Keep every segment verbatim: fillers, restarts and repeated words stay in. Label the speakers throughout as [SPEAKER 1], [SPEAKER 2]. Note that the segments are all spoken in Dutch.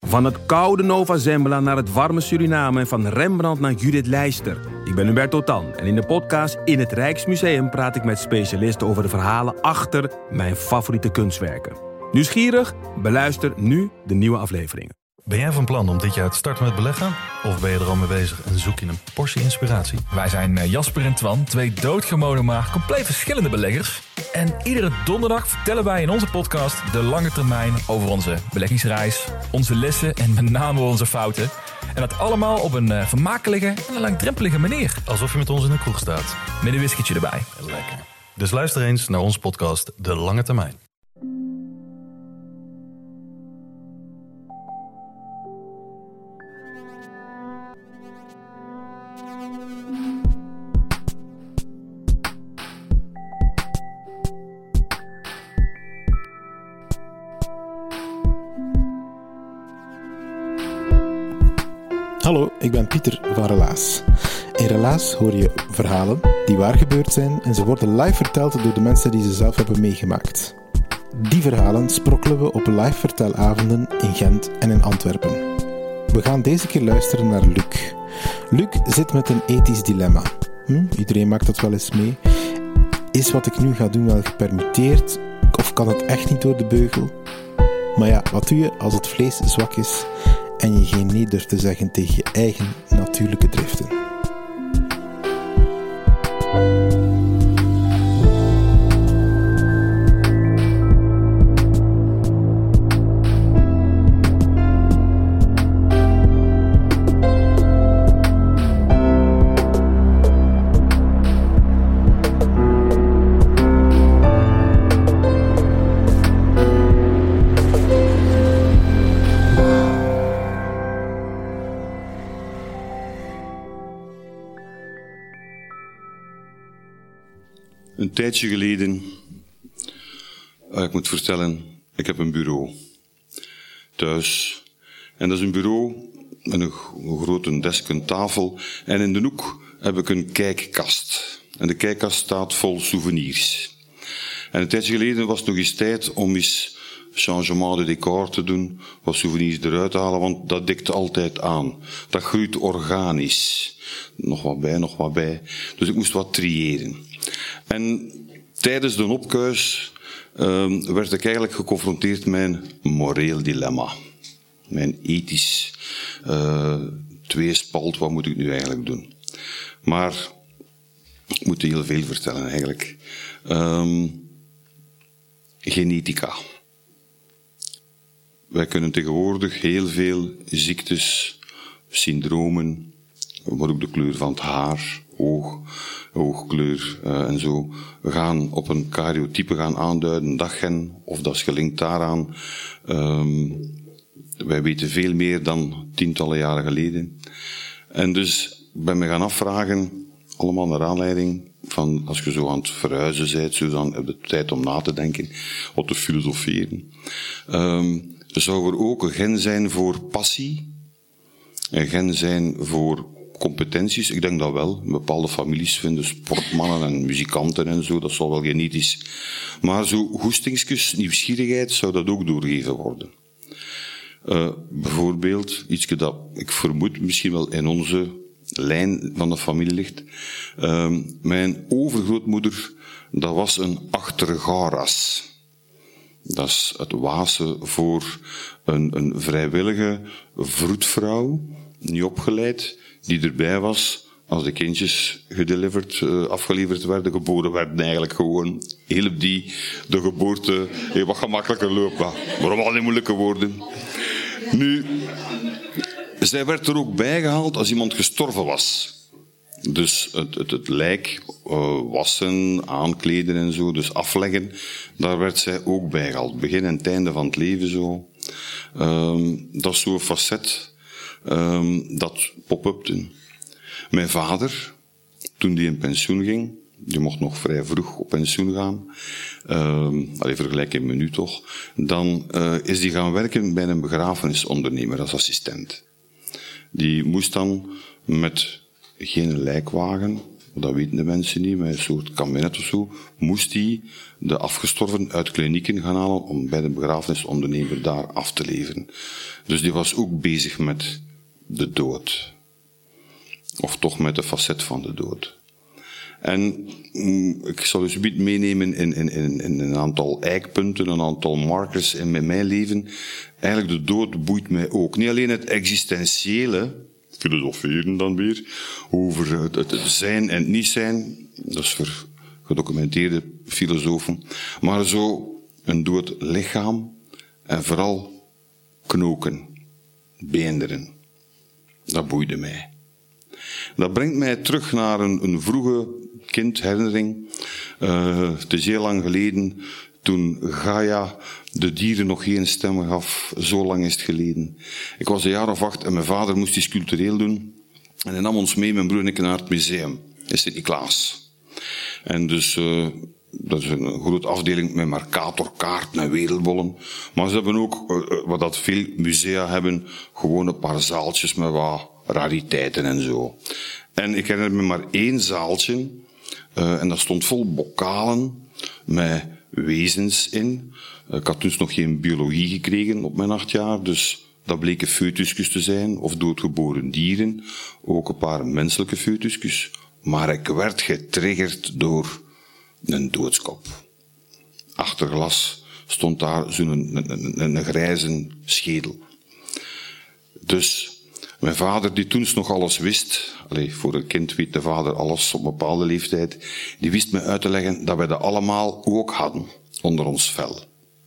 [SPEAKER 1] Van het koude Nova Zembla naar het warme Suriname en van Rembrandt naar Judith Leyster. Ik ben Hubert Totan en in de podcast In het Rijksmuseum praat ik met specialisten over de verhalen achter mijn favoriete kunstwerken. Nieuwsgierig? Beluister nu de nieuwe afleveringen.
[SPEAKER 2] Ben jij van plan om dit jaar te starten met beleggen? Of ben je er al mee bezig en zoek je een portie inspiratie?
[SPEAKER 3] Wij zijn Jasper en Twan, twee doodgewone maar compleet verschillende beleggers. En iedere donderdag vertellen wij in onze podcast de lange termijn over onze beleggingsreis, onze lessen en met name onze fouten. En dat allemaal op een vermakelijke en een langdrempelige manier.
[SPEAKER 2] Alsof je met ons in een kroeg staat.
[SPEAKER 3] Met een whiskytje erbij.
[SPEAKER 2] Lekker. Dus luister eens naar onze podcast De Lange Termijn.
[SPEAKER 4] Hallo, ik ben Pieter van Relaas. In Relaas hoor je verhalen die waar gebeurd zijn en ze worden live verteld door de mensen die ze zelf hebben meegemaakt. Die verhalen sprokkelen we op live vertelavonden in Gent en in Antwerpen. We gaan deze keer luisteren naar Luc. Luc zit met een ethisch dilemma. Hm, iedereen maakt dat wel eens mee. Is wat ik nu ga doen wel gepermitteerd of kan het echt niet door de beugel? Maar ja, wat doe je als het vlees zwak is en je geen nee durft te zeggen tegen je eigen natuurlijke driften?
[SPEAKER 5] Een tijdje geleden, uh, ik moet vertellen, ik heb een bureau thuis. En dat is een bureau met een, een grote desk, een tafel. En in de hoek heb ik een kijkkast. En de kijkkast staat vol souvenirs. En een tijdje geleden was het nog eens tijd om eens changement de decor te doen, wat souvenirs eruit te halen, want dat dikt altijd aan. Dat groeit organisch. Nog wat bij, nog wat bij. Dus ik moest wat triëren. En tijdens de opkuis uh, werd ik eigenlijk geconfronteerd met een moreel dilemma. Mijn ethisch uh, tweespalt, wat moet ik nu eigenlijk doen? Maar ik moet heel veel vertellen eigenlijk. Um, genetica. Wij kunnen tegenwoordig heel veel ziektes, syndromen, maar ook de kleur van het haar, oog, oogkleur uh, en zo, gaan op een karyotype gaan aanduiden, daggen, of dat is gelinkt daaraan. Um, wij weten veel meer dan tientallen jaren geleden. En dus ben me gaan afvragen, allemaal naar aanleiding van, als je zo aan het verhuizen bent, zo dan heb je de tijd om na te denken, of te filosoferen. Um, zou er ook een gen zijn voor passie? Een gen zijn voor competenties? Ik denk dat wel. Bepaalde families vinden sportmannen en muzikanten en zo, dat zal wel genetisch. Maar zo goestingsjes, nieuwsgierigheid, zou dat ook doorgegeven worden. Uh, bijvoorbeeld, iets dat ik vermoed misschien wel in onze lijn van de familie ligt. Uh, mijn overgrootmoeder, dat was een achtergaras. Dat is het Waalse voor een, een vrijwillige vroedvrouw, niet opgeleid, die erbij was als de kindjes gedeliverd, uh, afgeleverd werden, geboren werden eigenlijk gewoon. Hielp die de geboorte hey, wat gemakkelijker lopen. Maar allemaal niet moeilijke woorden. Nu, zij werd er ook bijgehaald als iemand gestorven was. Dus het, het, het lijk uh, wassen, aankleden en zo, dus afleggen, daar werd zij ook bijgehaald. Begin en het einde van het leven zo. Um, dat is zo'n facet um, dat pop-upte. Mijn vader, toen die in pensioen ging, die mocht nog vrij vroeg op pensioen gaan, um, allee, vergelijk in menu toch, dan uh, is die gaan werken bij een begrafenisondernemer als assistent. Die moest dan met geen lijkwagen, dat weten de mensen niet, met een soort kabinet of zo, moest hij de afgestorven uit klinieken gaan halen om bij de begrafenisondernemer daar af te leveren. Dus die was ook bezig met de dood. Of toch met de facet van de dood. En mm, ik zal u zometeen meenemen in, in, in, in een aantal eikpunten, een aantal markers in mijn leven. Eigenlijk de dood boeit mij ook. Niet alleen het existentiële, filosoferen dan weer, over het, het zijn en het niet zijn, dat is voor gedocumenteerde filosofen, maar zo een dood lichaam en vooral knoken, beenderen. Dat boeide mij. Dat brengt mij terug naar een, een vroege kindherinnering. Uh, het is heel lang geleden, toen Gaia de dieren nog geen stem gaf. Zo lang is het geleden. Ik was een jaar of acht en mijn vader moest iets cultureel doen. En hij nam ons mee, mijn broer en ik, naar het museum in Sint-Niklaas. En dus, uh, dat is een grote afdeling met Mercator, kaarten en wereldbollen. Maar ze hebben ook, uh, wat dat veel musea hebben, gewoon een paar zaaltjes met wat rariteiten en zo. En ik herinner me maar één zaaltje, uh, en dat stond vol bokalen met wezens in. Uh, ik had dus nog geen biologie gekregen op mijn acht jaar, dus dat bleken foetusjes te zijn, of doodgeboren dieren, ook een paar menselijke foetusjes. Maar ik werd getriggerd door een doodskop. Achter glas stond daar zo'n een, een, een, een grijze schedel. Dus mijn vader, die toen nog alles wist, allez, voor een kind weet de vader alles op een bepaalde leeftijd, die wist me uit te leggen dat wij dat allemaal ook hadden, onder ons vel.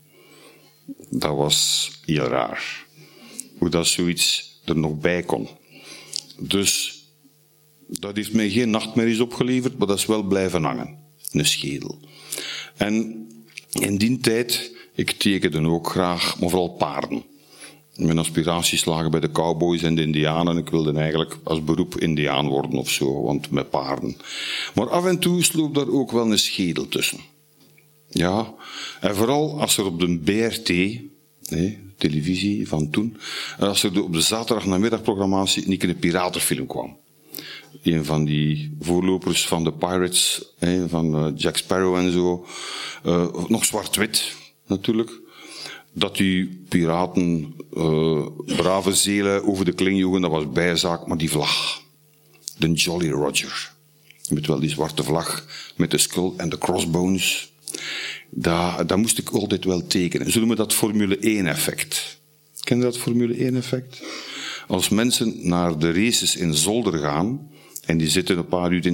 [SPEAKER 5] Dat was heel raar. Hoe dat zoiets er nog bij kon. Dus dat heeft mij geen nachtmerries opgeleverd, maar dat is wel blijven hangen. Een schedel. En in die tijd, ik tekende ook graag, maar vooral paarden. Mijn aspiraties lagen bij de cowboys en de indianen. Ik wilde eigenlijk als beroep indiaan worden of zo, want met paarden. Maar af en toe sloop daar ook wel een schedel tussen. Ja, en vooral als er op de B R T, nee, televisie van toen, als er op de zaterdagnamiddagprogrammatie niet een piratenfilm kwam. Een van die voorlopers van de Pirates, van Jack Sparrow en zo. Uh, nog zwart-wit, natuurlijk. Dat die piraten uh, brave zelen over de kling joegen, dat was bijzaak, maar die vlag. De Jolly Roger. Je weet wel, die zwarte vlag met de skull en de crossbones. Dat, dat moest ik altijd wel tekenen. Zo noemen we dat Formule één effect. Ken je dat Formule één effect? Als mensen naar de races in Zolder gaan, en die zitten een paar uur in,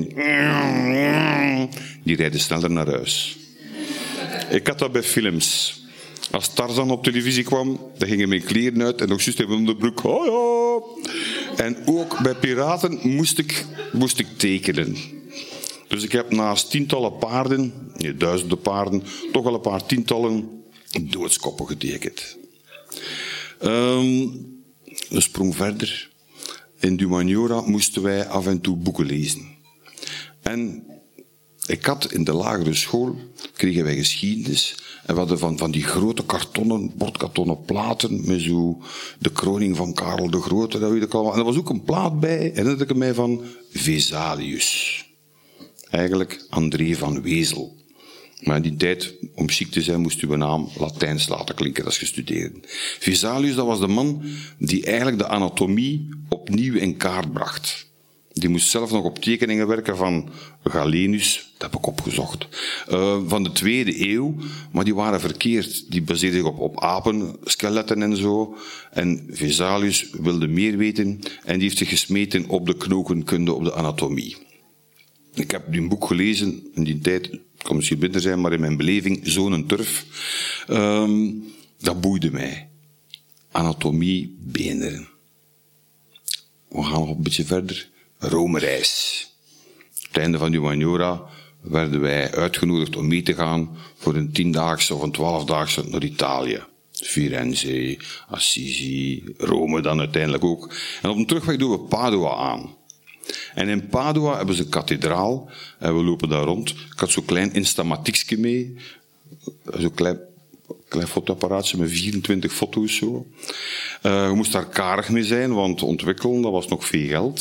[SPEAKER 5] die rijden sneller naar huis. Ik had dat bij films. Als Tarzan op televisie kwam, dan gingen mijn kleren uit en nog juist even onder de broek. Oh ja. En ook bij piraten moest ik, moest ik tekenen. Dus ik heb naast tientallen paarden, nee, duizenden paarden, toch al een paar tientallen doodskoppen getekend. Um, een sprong verder. In Dumaniora moesten wij af en toe boeken lezen. En ik had in de lagere school, kregen wij geschiedenis, en we hadden van, van die grote kartonnen, bordkartonnen platen, met zo de kroning van Karel de Grote, dat weet ik allemaal. En er was ook een plaat bij, herinnerde ik mij van Vesalius. Eigenlijk André van Wezel. Maar in die tijd, om chic te zijn, moest uw naam Latijns laten klinken als je studeerde. Vesalius, dat was de man die eigenlijk de anatomie opnieuw in kaart bracht. Die moest zelf nog op tekeningen werken van Galenus, dat heb ik opgezocht, uh, van de tweede eeuw, maar die waren verkeerd. Die baseerden zich op, op apen, skeletten en zo. En Vesalius wilde meer weten en die heeft zich gesmeten op de knokenkunde, op de anatomie. Ik heb die boek gelezen in die tijd, het kan misschien minder zijn, maar in mijn beleving, zo'n turf. Um, dat boeide mij. Anatomie, beenderen. We gaan nog een beetje verder. Rome-reis. Op het einde van Dumaniora werden wij uitgenodigd om mee te gaan voor een tiendaagse of een twaalfdaagse naar Italië. Firenze, Assisi, Rome dan uiteindelijk ook. En op de terugweg doen we Padua aan. En in Padua hebben ze een kathedraal en we lopen daar rond. Ik had zo'n klein Instamaticje mee, zo'n klein, klein fotoapparaatje met vierentwintig foto's zo. Uh, je moest daar karig mee zijn, want ontwikkelen, dat was nog veel geld.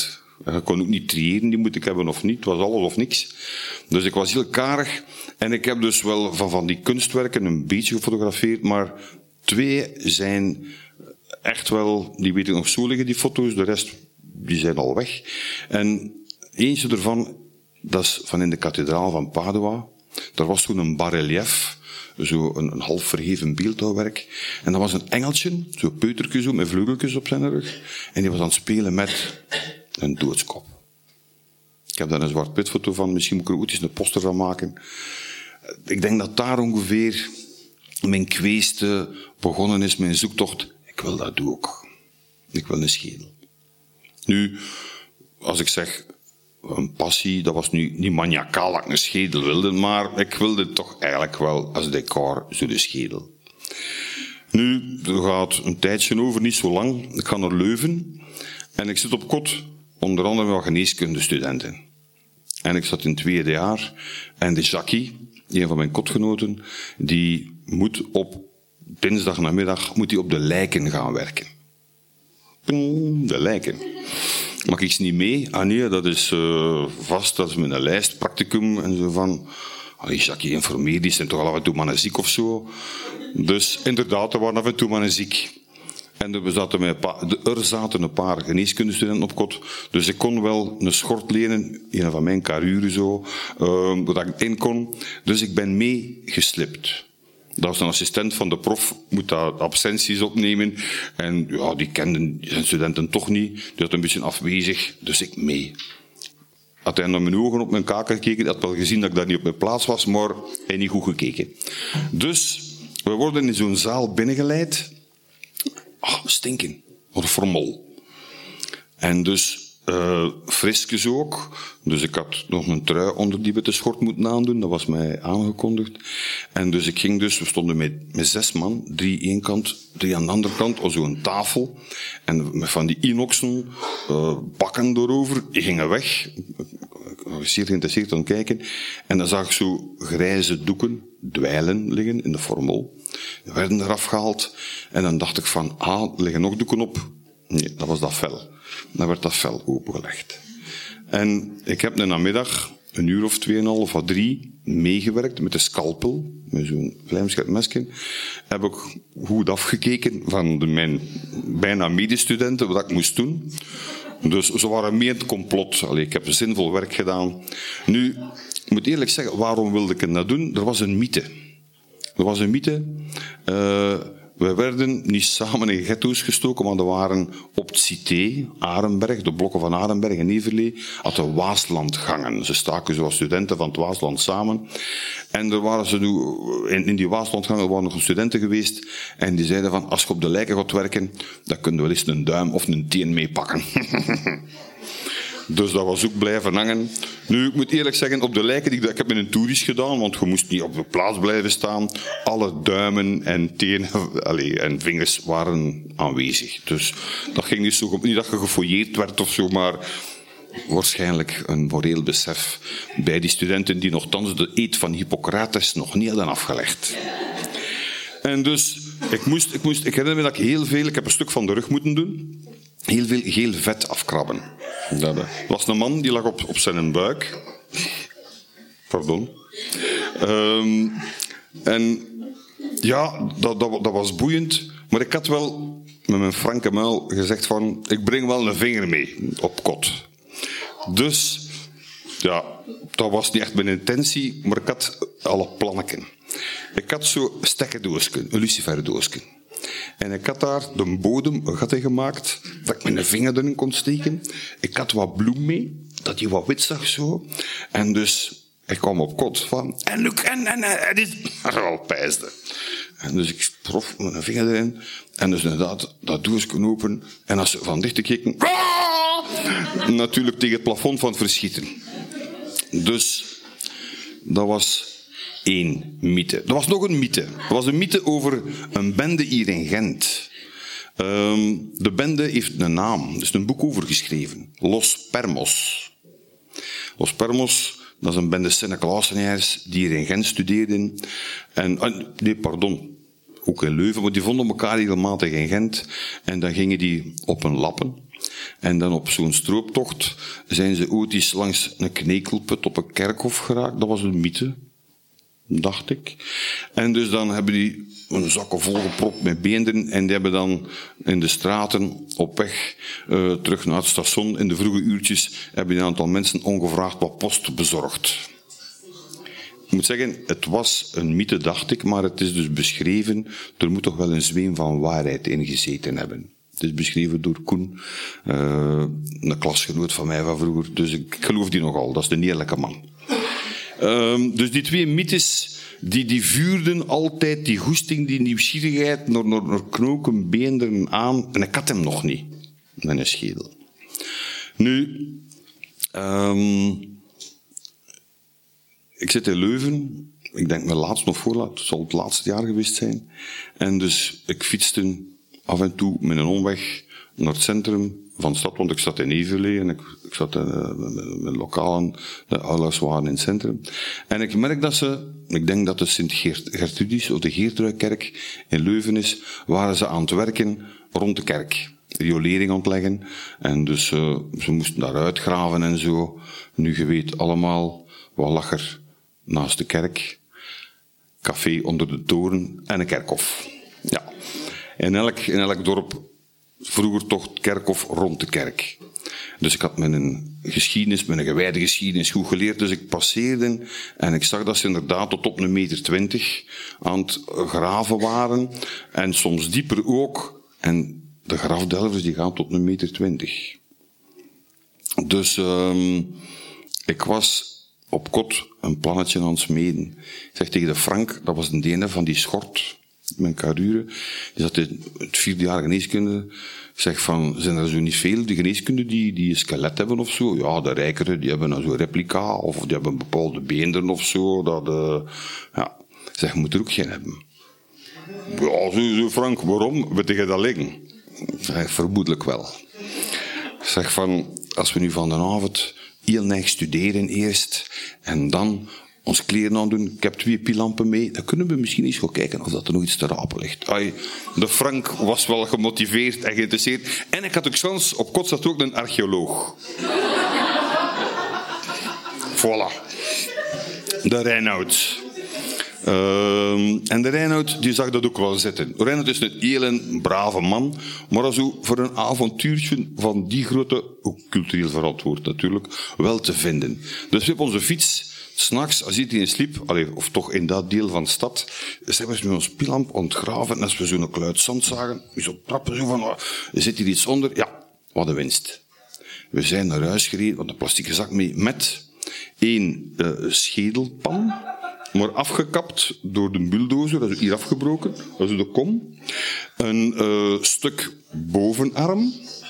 [SPEAKER 5] Je kon ook niet triëren, die moet ik hebben of niet. Het was alles of niks. Dus ik was heel karig. En ik heb dus wel van, van die kunstwerken een beetje gefotografeerd, maar twee zijn echt wel, die weet ik nog zo liggen, die foto's. De rest, die zijn al weg. En eentje ervan, dat is van in de kathedraal van Padua. Daar was toen een bas-relief, zo een, een half verheven beeldhouwwerk. En dat was een engeltje, zo'n peutertje zo, met vleugeltjes op zijn rug. En die was aan het spelen met een doodskop. Ik heb daar een zwart-wit foto van, misschien moet ik er ook eens een poster van maken. Ik denk dat daar ongeveer mijn kweeste begonnen is, mijn zoektocht. Ik wil dat ook. Ik wil een schedel. Nu, als ik zeg een passie, dat was nu niet maniacaal dat ik een schedel wilde, maar ik wilde toch eigenlijk wel als decor zo'n schedel. Nu, er gaat een tijdje over, niet zo lang. Ik ga naar Leuven en ik zit op kot, onder andere met geneeskundestudenten. En ik zat in het tweede jaar en de Jackie, een van mijn kotgenoten, die moet op dinsdag namiddag moet die op de lijken gaan werken. De lijken. Mag ik ze niet mee? Ah nee, dat is uh, vast, dat is met een lijst, practicum en zo van. Allee, Jackie, informeer, die zijn toch al af en toe mannen ziek of zo. Dus inderdaad, er waren af en toe mannen ziek. En er zaten, met een paar, er zaten een paar geneeskundestudenten op kot. Dus ik kon wel een schort lenen, een van mijn karuren zo, uh, dat ik in kon. Dus ik ben meegeslipt. Dat was een assistent van de prof, moet daar absenties opnemen. En ja, die kenden zijn studenten toch niet. Die had een beetje afwezig, dus ik mee. Had hij naar mijn ogen op mijn kaken gekeken, hij had wel gezien dat ik daar niet op mijn plaats was, maar hij had niet goed gekeken. Dus, we worden in zo'n zaal binnengeleid. Ah, stinken. Wat een formol. En dus, uh, frisjes ook. Dus ik had nog een trui onder die witte schort moeten aandoen. Dat was mij aangekondigd. En dus ik ging dus, we stonden met, met zes man. Drie één kant, drie aan de andere kant. Op zo'n tafel. En met van die inoxen, uh, bakken erover. Die gingen weg. Ik was zeer geïnteresseerd aan het kijken. En dan zag ik zo grijze doeken, dweilen liggen in de formol. Die werden eraf gehaald. En dan dacht ik van, ah, er liggen nog doeken op. Nee, dat was dat vel. Dan werd dat vel opengelegd. En ik heb een namiddag, een uur of tweeënhalf of drie, meegewerkt met de scalpel, met zo'n vlijmscherp mesje. Heb ik goed afgekeken van de, mijn bijna medestudenten, wat ik moest doen. Dus ze waren meer het complot. Allee, ik heb zinvol werk gedaan. Nu, ik moet eerlijk zeggen, waarom wilde ik dat doen? Er was een mythe. Er was een mythe. Uh, wij werden niet samen in ghetto's gestoken, maar er waren op het Cité, Arenberg, de blokken van Arenberg en Everlee, had de Waaslandgangen. Ze staken zoals studenten van het Waasland samen. En er waren ze nu, in, in die Waaslandgangen waren nog studenten geweest, en die zeiden van, als je op de lijken gaat werken, dan kun je wel eens een duim of een teen meepakken. Dus dat was ook blijven hangen. Nu, ik moet eerlijk zeggen, op de lijken, ik, ik heb met een toerist gedaan, want je moest niet op de plaats blijven staan. Alle duimen en tenen allez, en vingers waren aanwezig. Dus dat ging niet zo, niet dat je gefouilleerd werd of zo, maar waarschijnlijk een moreel besef bij die studenten die nogthans de eed van Hippocrates nog niet hadden afgelegd. En dus, ik moest, ik moest, ik herinner me dat ik heel veel, ik heb een stuk van de rug moeten doen, heel veel geel vet afkrabben. Dat was een man die lag op, op zijn buik. Pardon. Um, en ja, dat, dat, dat was boeiend. Maar ik had wel met mijn franke muil gezegd van, ik breng wel een vinger mee op kot. Dus, ja, dat was niet echt mijn intentie, maar ik had alle planneken. Ik had zo'n stekkerdoosje, een luciferdoosje. En ik had daar de bodem een gat in gemaakt, dat ik mijn vinger erin kon steken. Ik had wat bloem mee, dat die wat wit zag zo. En dus, ik kwam op kot van, en Luc, en, en, en, dit, al pijsde. En dus ik prof mijn vinger erin, en dus inderdaad, dat doosje open, en als ze van dichter keken, natuurlijk tegen het plafond van het verschieten. Dus, dat was één mythe. Er was nog een mythe. Er was een mythe over een bende hier in Gent. Um, de bende heeft een naam. Er is een boek over geschreven. Los Permos. Los Permos, dat is een bende Sint-Nicolaasenaars die hier in Gent studeerden. En, uh, nee, pardon. Ook in Leuven, maar die vonden elkaar regelmatig in Gent. En dan gingen die op een lappen. En dan op zo'n strooptocht zijn ze ooit eens langs een knekelput op een kerkhof geraakt. Dat was een mythe, dacht ik. En dus dan hebben die een zakken volgepropt met beenderen en die hebben dan in de straten op weg uh, terug naar het station in de vroege uurtjes hebben een aantal mensen ongevraagd wat post bezorgd. Ik moet zeggen, het was een mythe, dacht ik, maar het is dus beschreven. Er moet toch wel een zweem van waarheid in gezeten hebben. Het is beschreven door Koen, uh, een klasgenoot van mij van vroeger. Dus ik geloof die nogal, dat is een eerlijke man. Uh, dus die twee mythes, die, die vuurden altijd die goesting, die nieuwsgierigheid naar, naar, naar knoken, beenderen aan. En ik had hem nog niet, met een schedel. Nu... Um, Ik zit in Leuven, ik denk mijn laatste of voorlaat, het zal het laatste jaar geweest zijn. En dus ik fietste af en toe met een omweg naar het centrum van de stad, want ik zat in Evelee en ik, ik zat uh, met, met lokalen, de ouders waren in het centrum. En ik merk dat ze, ik denk dat de Sint-Gertrudis of de Geertruikerk in Leuven is, waren ze aan het werken rond de kerk. Riolering aan het leggen. En dus uh, ze moesten daar uitgraven en zo. Nu, je weet allemaal, wat lag er naast de kerk? Café onder de toren en een kerkhof. Ja. In elk, in elk dorp vroeger toch het kerkhof rond de kerk. Dus ik had mijn geschiedenis, mijn gewijde geschiedenis goed geleerd. Dus ik passeerde en ik zag dat ze inderdaad tot op een meter twintig aan het graven waren. En soms dieper ook. En de grafdelvers die gaan tot een meter twintig. Dus um, ik was op kot een plannetje aan het smeden. Ik zeg tegen de Frank, dat was een ene van die schort, mijn carure, die zat in het vierde jaar geneeskunde. Ik zeg van, zijn er zo niet veel, die geneeskunde, die, die een skelet hebben of zo? Ja, de rijkere, die hebben zo'n replica, of die hebben bepaalde beenderen of zo. Dat, uh, ja. Ik zeg, je moet er ook geen hebben. Ja, zo, zo Frank, waarom? Weet je dat liggen? Ik zeg, vermoedelijk wel. Ik zeg van, als we nu van de avond heel neig studeren eerst, en dan ons kleren aandoen, ik heb twee pilampen mee, dan kunnen we misschien eens gaan kijken of dat er nog iets te rapen ligt. Ay, de Frank was wel gemotiveerd en geïnteresseerd. En ik had ook kans, op kot zat ook een archeoloog. Voilà. De Reinoud. Uh, en de Reinoud die zag dat ook wel zitten. Reinoud is een hele brave man, maar zo voor een avontuurtje van die grootte, ook cultureel verantwoord natuurlijk, wel te vinden. Dus we hebben onze fiets, 's nachts, als iedereen sliep, allee, of toch in dat deel van de stad, zijn we met ons pilamp ontgraven en als we zo'n kluit zand zagen, zo trappen, zo van, oh, zit hier iets onder? Ja, wat een winst. We zijn naar huis gereden, want een plastieke zak mee, met één uh, schedelpan, maar afgekapt door de bulldozer, dat is hier afgebroken, dat is de kom. Een uh, stuk bovenarm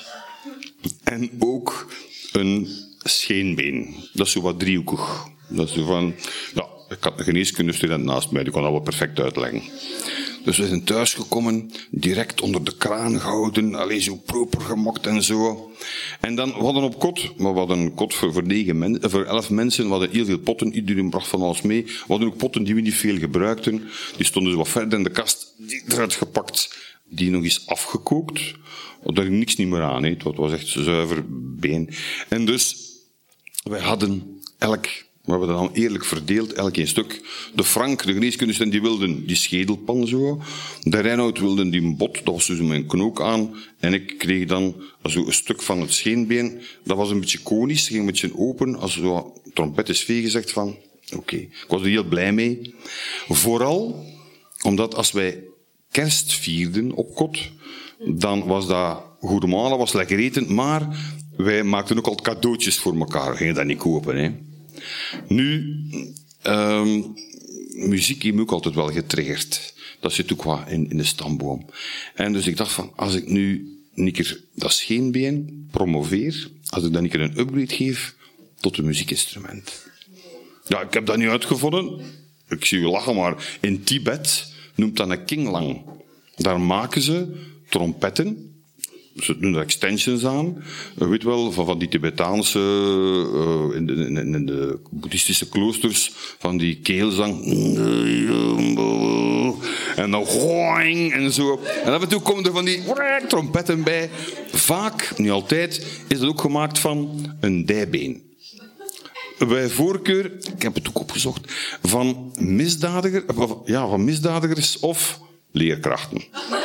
[SPEAKER 5] en ook een scheenbeen. Dat is zo wat driehoekig. Dat is zo van, ja, ik had een geneeskundestudent naast mij, die kon dat wel perfect uitleggen. Dus we zijn thuisgekomen, direct onder de kraan gehouden, alleen zo proper gemokt en zo. En dan, we hadden op kot, maar we hadden een kot voor, voor, negen men, voor elf mensen, we hadden heel veel potten, iedereen bracht van alles mee. We hadden ook potten die we niet veel gebruikten, die stonden zo wat verder in de kast, die eruit gepakt, die nog eens afgekookt. Daar ging niks niet meer aan, he. Het was echt zuiver been. En dus, wij hadden elk... We hebben dat dan eerlijk verdeeld, elk een stuk. De Frank, de geneeskundestudent, die wilden die schedelpan zo. De Reinoud wilde die bot, dat was dus mijn knook aan. En ik kreeg dan zo een stuk van het scheenbeen. Dat was een beetje konisch, ging een beetje open. Als zo trompet is vee gezegd van, oké. Okay. Ik was er heel blij mee. Vooral omdat als wij kerst vierden op kot, dan was dat goede malen, was lekker eten. Maar wij maakten ook altijd cadeautjes voor elkaar. We gingen dat niet kopen, hè. Nu, um, muziek heeft me ook altijd wel getriggerd. Dat zit ook wat in, in de stamboom. En dus ik dacht van, als ik nu een keer dat scheenbeen promoveer, als ik dan een keer een upgrade geef tot een muziekinstrument. Ja, ik heb dat niet uitgevonden. Ik zie je lachen, maar in Tibet noemt dat een kinglang. Daar maken ze trompetten. Ze doen er extensions aan. Je weet wel, van, van die Tibetaanse, uh, in, de, in, in de boeddhistische kloosters, van die keelzang. En dan going en zo. En af en toe komen er van die trompetten bij. Vaak, niet altijd, is dat ook gemaakt van een dijbeen. Bij voorkeur, ik heb het ook opgezocht, van, misdadiger, ja, van misdadigers of leerkrachten.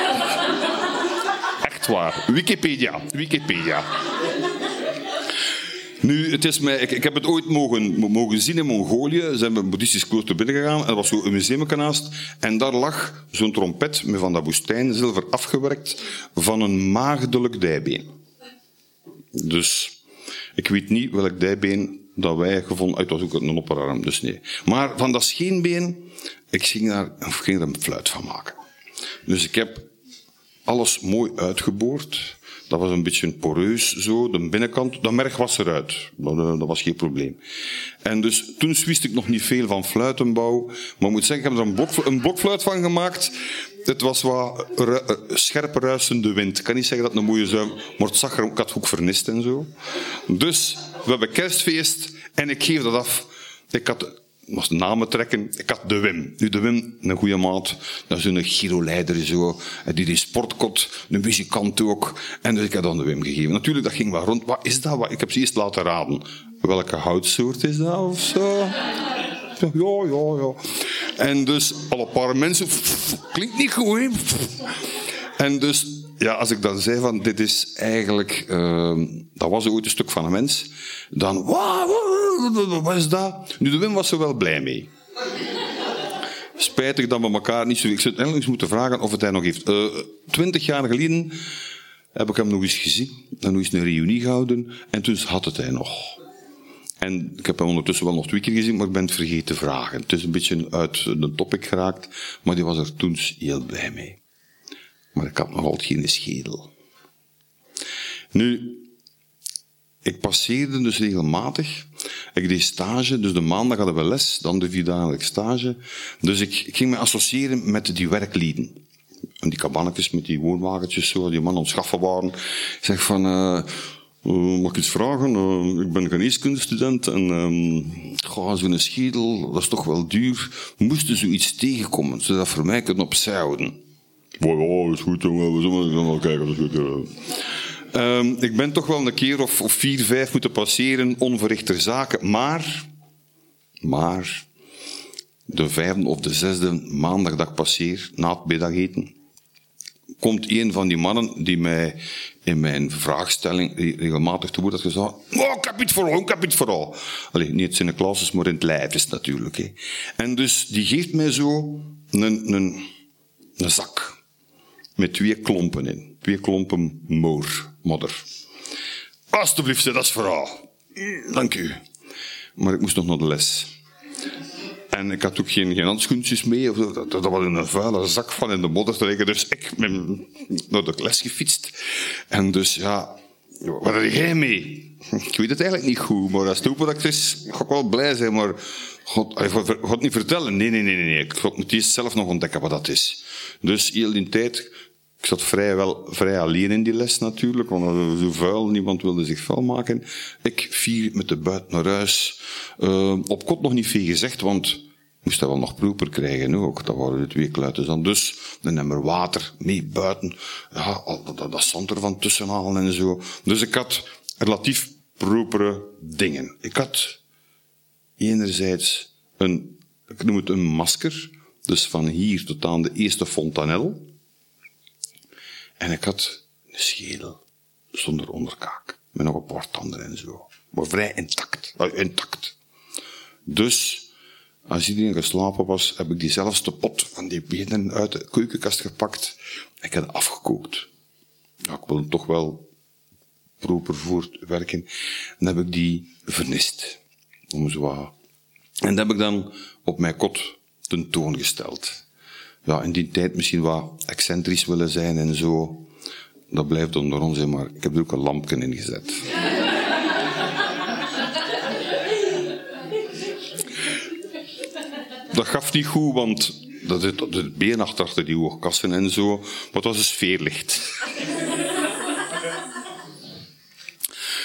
[SPEAKER 5] Echt waar. Wikipedia. Wikipedia. Nu, het is mij, ik, ik heb het ooit mogen, mogen zien in Mongolië. Ze hebben een boeddhistisch klooster binnengegaan en er was zo een museum ernaast. En daar lag zo'n trompet met van dat woestijnzilver afgewerkt van een maagdelijk dijbeen. Dus ik weet niet welk dijbeen dat wij gevonden. Het was ook een opperarm, dus nee. Maar van dat scheenbeen, ik ging daar, of ging er een fluit van maken. Dus ik heb alles mooi uitgeboord. Dat was een beetje poreus, zo, de binnenkant. Dat merg was eruit. Dat, dat was geen probleem. En dus toen wist ik nog niet veel van fluitenbouw. Maar ik moet zeggen, ik heb er een, blok, een blokfluit van gemaakt. Het was wat ru, scherp ruisende wind. Ik kan niet zeggen dat het een mooie zuim, maar het zag er, ik had ook vernist en zo. Dus we hebben kerstfeest en ik geef dat af. Ik had was namen trekken. Ik had de Wim. Nu, de Wim, een goede maat. Dat is een Giro-leider, zo. Die die sportkot, een muzikant ook. En dus ik had dan de Wim gegeven. Natuurlijk, dat ging wel rond. Wat is dat? Ik heb ze eerst laten raden. Welke houtsoort is dat, of zo? Ja, ja, ja. En dus, alle paar mensen... Klinkt niet goed, hè? En dus, ja, als ik dan zei van, dit is eigenlijk... Uh, dat was ooit een stuk van een mens. Dan, wat is dat? Nu, de Wim was er wel blij mee. Spijtig dat we elkaar niet zo... Ik zou eigenlijk eens moeten vragen of het hij nog heeft. Uh, twintig jaar geleden heb ik hem nog eens gezien. En nog eens een reunie gehouden. En toen had het hij nog. En ik heb hem ondertussen wel nog twee keer gezien, maar ik ben het vergeten te vragen. Het is een beetje uit de topic geraakt, maar die was er toen heel blij mee. Maar ik had nog altijd geen schedel. Nu, ik passeerde dus regelmatig. Ik deed stage, dus de maandag hadden we les, dan de vierdaagse stage. Dus ik, ik ging me associëren met die werklieden. En die kabannetjes met die woonwagentjes, zo, die mannen ontschaffen waren. Ik zeg van... Uh, Uh, mag ik iets vragen? Uh, ik ben geneeskundestudent en uh, zo'n schedel, dat is toch wel duur. Moesten zoiets tegenkomen, zodat voor mij kunnen opzij houden. Ja, ja, is goed jongen, we zullen wel kijken. Dat is goed, ja. uh, ik ben toch wel een keer of, of vier, vijf moeten passeren, onverrichter zaken, maar, maar, de vijfde of de zesde maandag dat ik passeer, na het middageten, komt een van die mannen die mij in mijn vraagstelling regelmatig te woord had gezegd: oh, ik heb iets voor al, ik heb iets voor al. Allee, niet in de klasses, maar in het lijf is natuurlijk. Hè. En dus die geeft mij zo een, een, een zak met twee klompen in. Twee klompen moor, modder. Alsjeblieft, dat is vooral. Dank u. Maar ik moest nog naar de les. En ik had ook geen, geen handschoentjes mee. Of dat, dat, dat was een vuile zak van in de modder te leggen. Dus ik ben naar de les gefietst. En dus, ja, wat had jij mee? Ik weet het eigenlijk niet goed, maar als het open is, ga ik wel blij zijn. Maar God, ik ga het niet vertellen. Nee, nee, nee, nee. Ik moet eerst zelf nog ontdekken wat dat is. Dus heel die tijd, ik zat vrij, wel, vrij alleen in die les natuurlijk, want het was zo vuil, niemand wilde zich vuil maken. Ik vier met de buit naar huis. Uh, op kot nog niet veel gezegd, want ik moest dat wel nog proper krijgen ook. Dat waren de twee kluitjes dan. Dus een emmer water mee buiten. Ja, dat, dat, dat zand er van tussen halen en zo. Dus ik had relatief propere dingen. Ik had enerzijds een, ik noem het een masker, dus van hier tot aan de eerste fontanel. En ik had een schedel zonder onderkaak, met nog een paar tanden en zo. Maar vrij intact. intact. Dus, als iedereen geslapen was, heb ik diezelfde pot van die benen uit de keukenkast gepakt. Ik heb het afgekookt. Ja, ik wil hem toch wel proper voortwerken. En dan heb ik die vernist. Om zo wat. En dat heb ik dan op mijn kot tentoongesteld. Ja, in die tijd misschien wat excentrisch willen zijn en zo. Dat blijft onder ons, maar ik heb er ook een lampje in gezet. Dat gaf niet goed, want dat zit op de been achter die oogkassen en zo. Maar het was een sfeerlicht.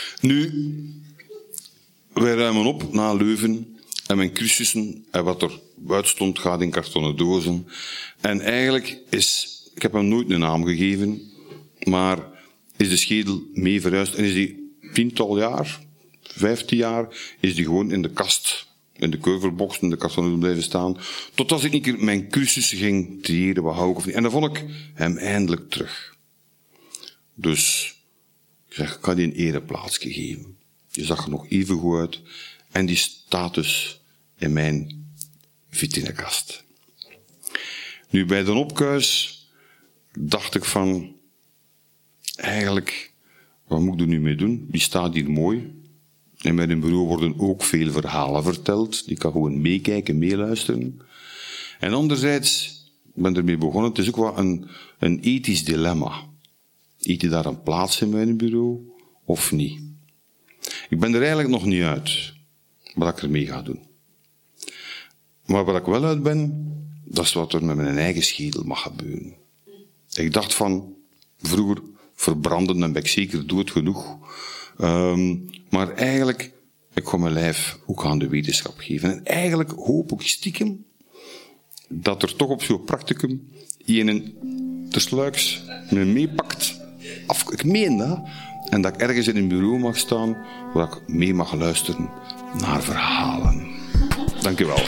[SPEAKER 5] Nu, wij ruimen op na Leuven en mijn cursussen en wat er uitstond gaat in kartonnen dozen. En eigenlijk is, ik heb hem nooit een naam gegeven, maar is de schedel mee verhuisd en is die tiental jaar, vijftien jaar, is die gewoon in de kast, in de keuvelbox, in de kartonnen blijven staan, totdat ik een keer mijn cursus ging triëren, wat hou ik of niet. En dan vond ik hem eindelijk terug. Dus ik zeg, ik ga die een ereplaatsje geven. Die zag er nog even goed uit. En die staat dus in mijn vitrinekast. Nu, bij de opkuis dacht ik van, eigenlijk, wat moet ik er nu mee doen? Die staat hier mooi. In mijn bureau worden ook veel verhalen verteld. Die kan gewoon meekijken, meeluisteren. En anderzijds, ik ben ermee begonnen, het is ook wel een, een ethisch dilemma. Eet je daar een plaats in mijn bureau, of niet? Ik ben er eigenlijk nog niet uit, wat ik ermee ga doen. Maar wat ik wel uit ben, dat is wat er met mijn eigen schedel mag gebeuren. Ik dacht van, vroeger verbranden, dan ben ik zeker dood genoeg. Um, maar eigenlijk, ik ga mijn lijf ook aan de wetenschap geven. En eigenlijk hoop ik stiekem dat er toch op zo'n practicum een tersluiks me meepakt. Af, ik meen dat. En dat ik ergens in een bureau mag staan waar ik mee mag luisteren naar verhalen. Dank u wel.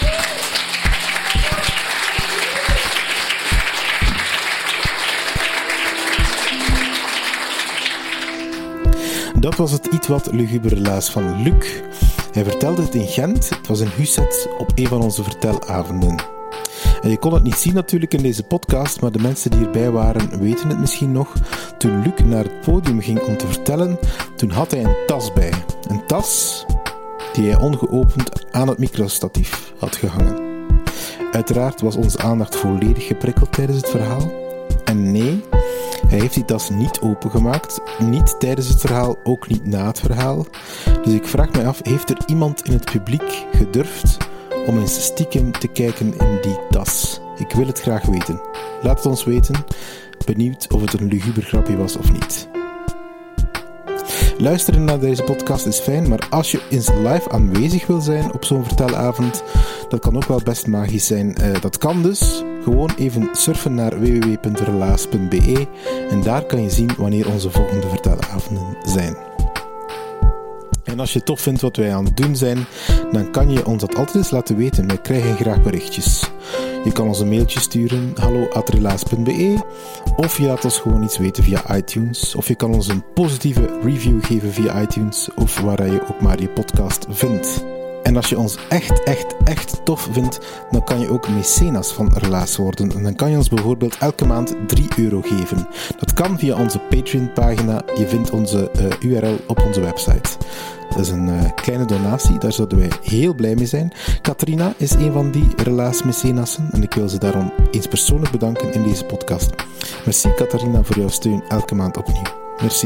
[SPEAKER 4] Dat was het iets wat luguber relaas van Luc. Hij vertelde het in Gent. Het was in Huset op een van onze vertelavonden. En je kon het niet zien natuurlijk in deze podcast, maar de mensen die erbij waren weten het misschien nog. Toen Luc naar het podium ging om te vertellen, toen had hij een tas bij. Een tas die hij ongeopend aan het microstatief had gehangen. Uiteraard was onze aandacht volledig geprikkeld tijdens het verhaal. En nee, hij heeft die tas niet opengemaakt. Niet tijdens het verhaal, ook niet na het verhaal. Dus ik vraag me af, heeft er iemand in het publiek gedurfd om eens stiekem te kijken in die tas? Ik wil het graag weten. Laat het ons weten. Benieuwd of het een luguber grapje was of niet. Luisteren naar deze podcast is fijn, maar als je eens live aanwezig wil zijn op zo'n vertelavond, dat kan ook wel best magisch zijn. Uh, dat kan dus. Gewoon even surfen naar w w w punt relaas punt b e en daar kan je zien wanneer onze volgende vertelavonden zijn. En als je tof vindt wat wij aan het doen zijn, dan kan je ons dat altijd eens laten weten. Wij krijgen graag berichtjes. Je kan ons een mailtje sturen, hallo at relaas punt b e, of je laat ons gewoon iets weten via iTunes, of je kan ons een positieve review geven via iTunes, of waar je ook maar je podcast vindt. En als je ons echt, echt, echt tof vindt, dan kan je ook mecenas van Relaas worden. En dan kan je ons bijvoorbeeld elke maand drie euro geven. Dat kan via onze Patreon-pagina. Je vindt onze uh, U R L op onze website. Dat is een uh, kleine donatie, daar zouden wij heel blij mee zijn. Katrina is een van die Relaas-mecenassen en ik wil ze daarom eens persoonlijk bedanken in deze podcast. Merci Katrina voor jouw steun elke maand opnieuw. Merci.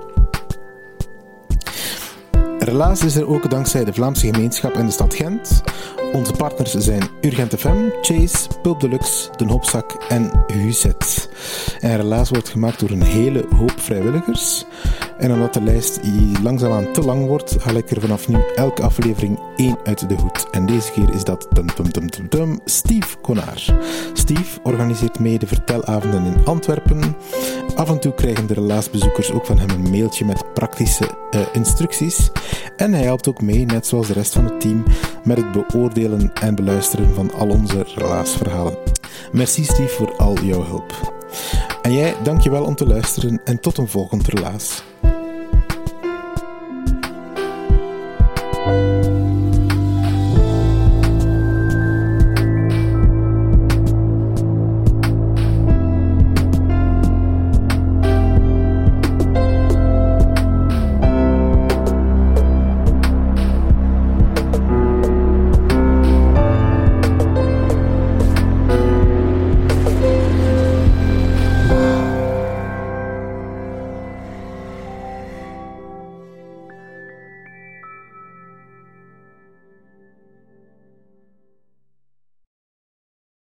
[SPEAKER 4] Relaas is er ook dankzij de Vlaamse gemeenschap en de stad Gent. Onze partners zijn Urgent F M, Chase, Pulp Deluxe, Den Hopzak en Huset. En Relaas wordt gemaakt door een hele hoop vrijwilligers. En omdat de lijst langzaamaan te lang wordt, haal ik er vanaf nu elke aflevering één uit de hoed. En deze keer is dat dum, dum, dum, dum, dum, Steve Konaar. Steve organiseert mee de vertelavonden in Antwerpen. Af en toe krijgen de Relaasbezoekers ook van hem een mailtje met praktische uh, instructies. En hij helpt ook mee, net zoals de rest van het team, met het beoordelen en beluisteren van al onze Relaasverhalen. Merci Steve voor al jouw hulp. En jij, dankjewel om te luisteren en tot een volgend Relaas.